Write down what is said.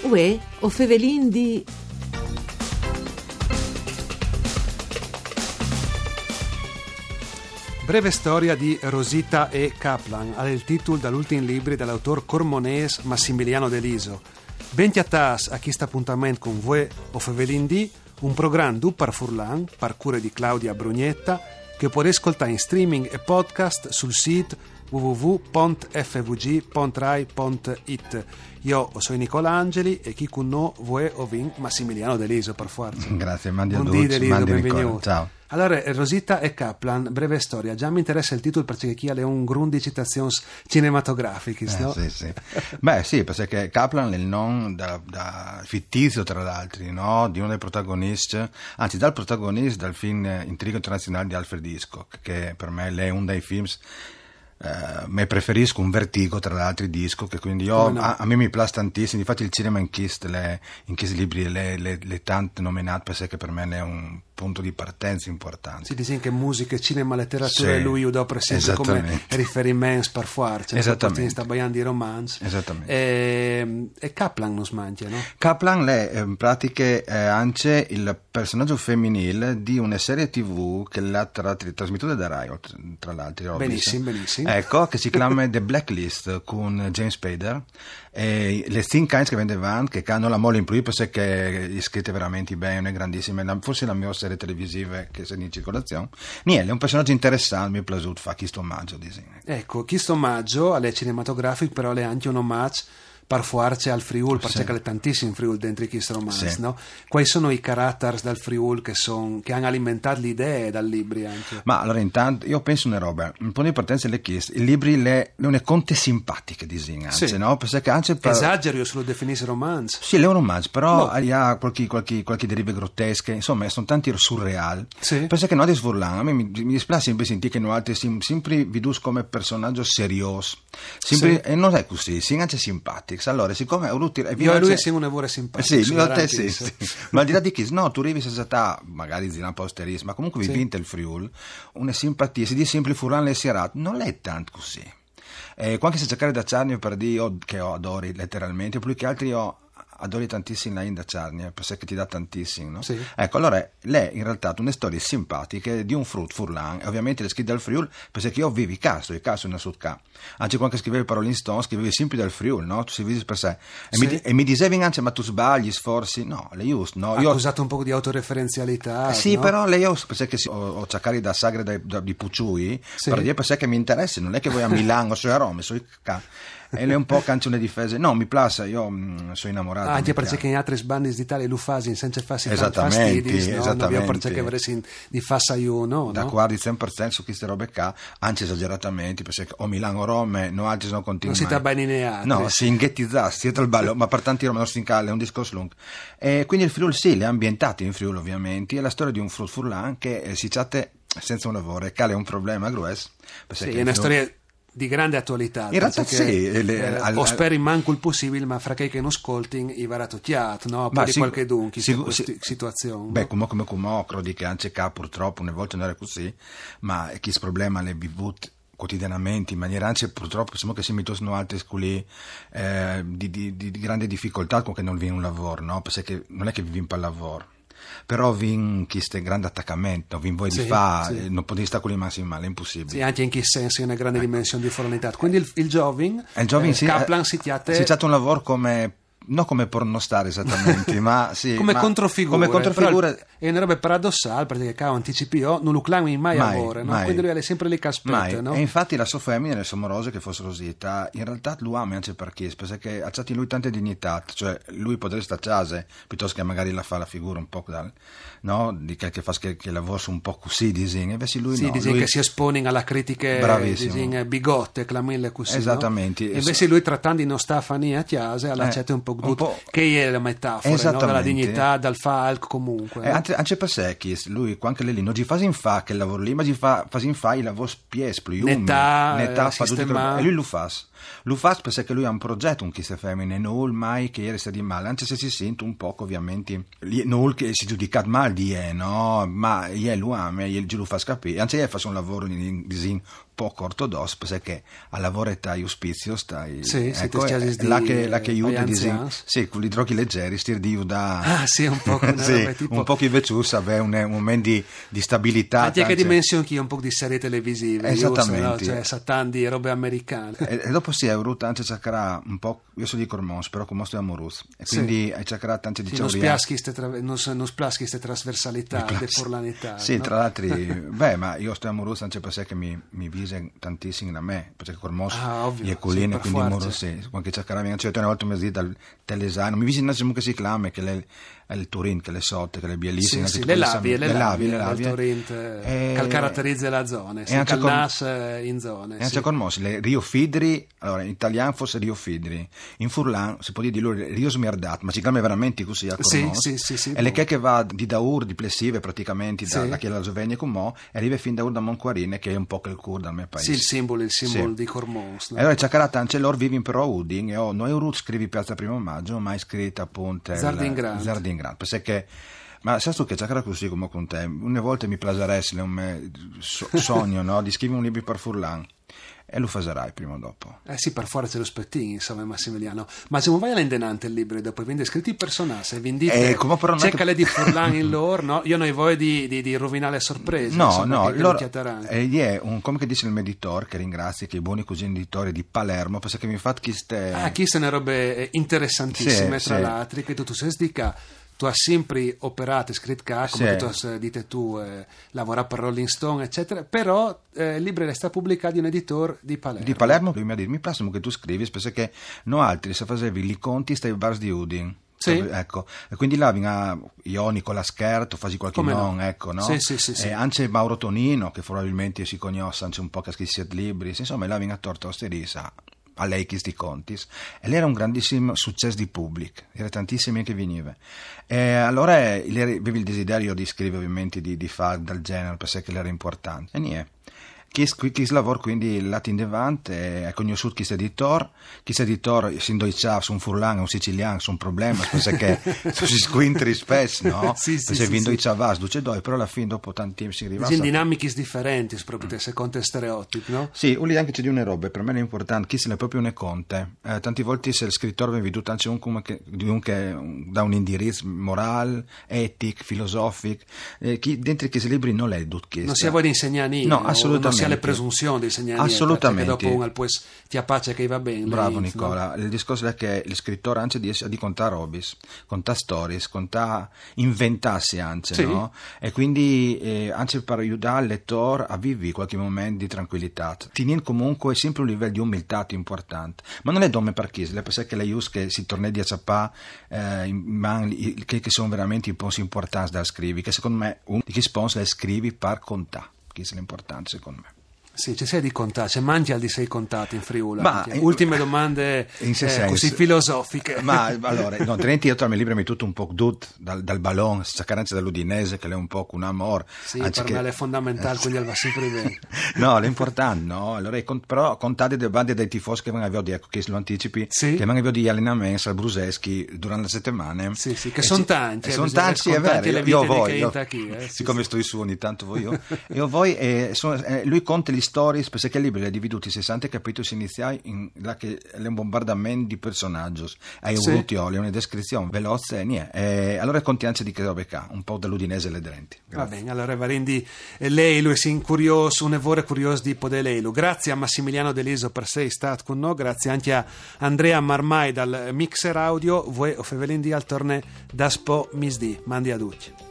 Uè, o fevelin di... Breve storia di Rosita e Kaplan, ha il titolo dall'ultimo libro dell'autore cormonese Massimiliano Deliso. Bentiatas a questo appuntamento con voi o fevelin di un programma du par Furlan, par cure di Claudia Brugnetta, che puoi ascoltare in streaming e podcast sul sito www.fvg.rai.it. Io sono Nicola Angeli e chi con noi vuoi ovin Massimiliano Deliso, per forza. Grazie, mandi a Buondì tutti, Deliso, mandi benvenuto. Ciao. Allora, Rosita e Kaplan, breve storia. Già mi interessa il titolo perché chi ha le un grun di citazioni cinematografiche, no? Sì. Beh, sì, perché Kaplan è il nome da fittizio, tra l'altro, no? Di uno dei protagonisti, anzi dal protagonista del film Intrigo internazionale di Alfred Hitchcock, che per me è uno dei film me preferisco un Vertigo tra l'altro disco, che quindi a me mi piace tantissimo. Infatti il cinema in questi libri le tante nominate perché per me è un punto di partenza importante. Si dice che musica, cinema, letteratura e lui usa per sempre come riferimento per forza, esattamente, sta baiando di romanzi. Esattamente. E Kaplan non smantia, no? Kaplan è in pratica anche il personaggio femminile di una serie TV che l'ha trasmettuta da Rai, tra l'altro. Benissimo. Ecco, che si chiama The Blacklist con James Spader. E le Think Kinds che vendevano, che hanno la mole in più perché è scritta veramente bene, grandissima, forse la mia serie televisiva che è in circolazione. Niente, è un personaggio interessante, mi è piaciuto fa questo omaggio. Ecco, questo omaggio alle cinematografiche però è anche un omaggio per forza al Friul, perché c'è tantissimi Friul dentro questo romanzo, sì. No? Quali sono i caratteri dal Friul che hanno alimentato le idee dal libro anche? Ma allora intanto io penso una roba, un po' di partenza le chieste, i libri le conte simpatiche disegnate, sì. No? Perché anche Esagero, io se lo definisco romanzo. Sì, è un romanzo, però ha qualche derive grottesche, insomma, sono tanti surreali. Sì. Perché noi adesso Furlan, a me mi dispiace sempre sentire che noi altri sempre vidus come personaggio serioso, sempre, sì. E non è così, si anche simpatico. Allora, siccome io e lui siamo un lavoro simpatico. Sì, sì. Ma al di là di chi, no, tu arrivi a magari zina posteris, ma comunque vi vinta il Friul, una simpatia, si dice sempre Furlan le serate, non è tanto così. Quando si cercare da Ciarnia per dire che adori letteralmente, più che altri adori tantissimo la Inda Ciarnia, perché ti dà tantissimo, no? Sì. Ecco, allora lei in realtà una storia simpatica di un Furlan, e ovviamente le scrive dal Friul, perché io vivi caso una sudca. Anche quando scrivevi Rolling Stones, scrivevi sempre dal Friul, no? Tu si vedi per sé. E mi dicevi anche, ma tu sbagli, sforzi? No, le giusto, no? Io ho usato un po' di autoreferenzialità. Sì, no? però lei perché ho cercato da sagre di Pucciui, sì. Per dire perché mi interessa, non è che voi a Milano, o a Roma, e lei un po' canzone di difesa. No, mi piace, io sono innamorato. Anche perché in altri sbandi d'Italia lo fasi senza farsi fastidi, no? Non abbiamo perché avresti di fassa io, no? D'accordo, 100% su queste robe qua, anzi esageratamente, perché o Milano o Roma, no altri sono continui. Non si sta bene no, si inghettizza, siete il ballo, ma per tanti Roma non si incalla, è un discorso lungo. E quindi il Friul sì, le ha ambientate in Friul ovviamente, è la storia di un Furlan che si chatte senza un lavoro, e cale è un problema grosso. Sì, è una storia di grande attualità. In realtà sì, o speri manco il possibile, ma fra che non ascolti i varato chiat, no? Poi di qualche dunque situazione. Beh, come credi che anche qua purtroppo una volta non era così, ma chi problema l'è vivuto quotidianamente in maniera anche purtroppo siamo che si mettono altri sculi di grande difficoltà con che non viene un lavoro, no? Perché non è che vivi per lavoro. Però vin questo grande attaccamento, vin voi di non potete stare con le massime male, è impossibile. Sì, anche in che senso è una grande dimensione di fornità. Quindi il Giovin Kaplan si chiate un lavoro come non come pornostar esattamente, ma sì, come controfigura. È una roba paradossale perché cavo anticipio non lo clami mai a lavoro, no? Quindi lui è sempre lì che aspetta, no? E infatti la sua femmina, le somorose che fosse Rosita, in realtà lo ama anche perché ha in lui tante dignità, cioè lui potrebbe stare a casa piuttosto che magari la fa la figura un po' no? Di che fa che lavora un po' così, disegna, invece lui sì, no. Sì, che si espone alla critica bigotte, clamille così, esattamente. No? E invece lui trattando di non sta a fare a chiesa, alla c'è un po' che è la metafora, no? Dalla dignità, dal falco comunque. No? Anche per sé, lui, anche lì, non ci fa in fa che lavoro lì, ma ci fa in fa il lavoro spies, più netà, e lui lo fa. Lo fa perché lui ha un progetto con queste femmine, non mai che ieri sta di male, anche se si sente un po' ovviamente, non che si giudica male di no? Ma lo ama, lo fa capire, anche lei fa un lavoro di poco ortodosso, perché a lavorare in ospizio stai, sì, ecco, la che aiuta sì, con i droghi leggeri stir di aiuta sì, un po' con sì, tipo... un po' che invece aveva un momento di stabilità anche che dimensione che un po' di serie televisive esattamente, no? Cioè Satan di robe americane e dopo si è avuto anche cercare un po', io sono di Cormons però come sto amoroso e quindi hai cercato anche di non splaschi queste trasversalità de forlanità, sì, no? tra l'altro beh, ma io sto amoroso anche perché mi vise tantissimo da me, perché Cormons è colline, sì, quindi amoroso sì, quando cercare una volta mi dice dal telesano mi vise innanzitutto che si chiama che è il Turin, che le sotte, che le bielissime, sì, le lavie del Turin che caratterizza la zona, sì, Calnas in zone. E anche Cormons, le Rio Fidri, allora in italiano fosse Rio Fidri, in Furlan si può dire di lui Rio Smerdat, ma si chiama veramente così a Cormons, sì, e le che va di Daur, di Plessive praticamente, da che la Sovenia con Mo, e arriva fin da Ur da Monquarine, che è un po' che il cur dal mio paese. Sì, il simbolo di Cormons. No? E allora c'è carata anche loro vivi però Udin, e noi Urut scrivi Piazza Primo Maggio, ma è scritta appunto Zardin Grand, perché ma sai tu che c'è cara così come con te una volta mi plaseresse un sogno no, di scrivere un libro per Furlan e lo farai prima o dopo sì, per forza lo spettini insomma Massimiliano, ma se non vai all'indenante il libro e dopo vende scritti personaggi e vendite cercale di Furlan in loro no? Io non ho voglia di rovinare le sorprese no è un come che dice il meditor che ringrazia che i buoni cugini editori di Palermo perché mi fa chi se ne robe interessantissime tra l'altro che tu sei dica tu hai sempre operato e scritto come tu hai detto tu lavora per Rolling Stone eccetera, però il libro è stato pubblicato di un editore di Palermo lui mi ha detto mi piace che tu scrivi perché noi altri se facevi li conti stai bars di Udin. Sì. Ecco, e quindi là venga Ionico la Scherto, fasi qualche non, ecco, no? Sì. E anche Mauro Tonino, che probabilmente si conosce anche un po' che ha scritto libri, insomma, là venga torto osterisa a lei chi sti contis e lei era un grandissimo successo di pubblico, era tantissimi che veniva e allora lei aveva il desiderio di scrivere ovviamente di fare dal genere perché era importante e niente. Chi lavora quindi lato in davanti è conosciuto chi è editor si indoiccia su un furlan un siciliano su un problema perché si squintri spesso no? Perché indoiccia vas duce doi però alla fine dopo tanti tempi si arriva in dinamiche differenti proprio secondo stereotipi no? Sì, lì anche c'è di una roba per me è importante chi se ne proprio ne conte tanti volte se il scrittore viene veduto anche che da un indirizzo morale etico filosofico chi dentro questi libri non è non si vuole insegnare no assolutamente sia le presunzioni dei segnali assolutamente che dopo pues ti appace che va bene bravo Nicola il discorso è che il scrittore anche di contare robis contare stories contare inventarsi anche no? E quindi anche per aiutare il lettore a vivere qualche momento di tranquillità tenendo comunque sempre un livello di umiltà importante ma non è dome per chi perché le use che si torna di acciappare che sono veramente i punti importanti da scrivere che secondo me di chi sponsor le scrivi per contare che è l'importante secondo me. Sì, ci sei di contare, c'è mangi al di sei contati in Friuli. Ma ultime domande così filosofiche. Ma allora, no, Trenti io tra i miei libri mi tutto un po' dal ballon, saccaranza dall'Udinese che è un po' un amor. Sì, per me è fondamentale, quindi va sempre bene. No, l'importante, no? Allora, però contate delle bande dei tifosi che vengono ecco, che lo anticipi, che vengono di allenamenti al Bruseschi durante le settimane. Sì, che sono tanti. Sono tanti, è vero. Io voglio, siccome sto su ogni tanto voglio io voi lui conta le storie perché il libro è dividuto in 60 capitoli iniziali in là che è un bombardamento di personaggi hai un una descrizione veloce e niente allora contianza di che robe ca un po' dall'Udinese le drenti. Va bene, allora Varindi lei lui si incurioso un evore curioso di Podelelu. Grazie a Massimiliano Deliso per sei stato con noi, grazie anche a Andrea Marmai dal Mixer Audio, voi o Fevelindi al torne da Spo Misdi, mandi a tutti.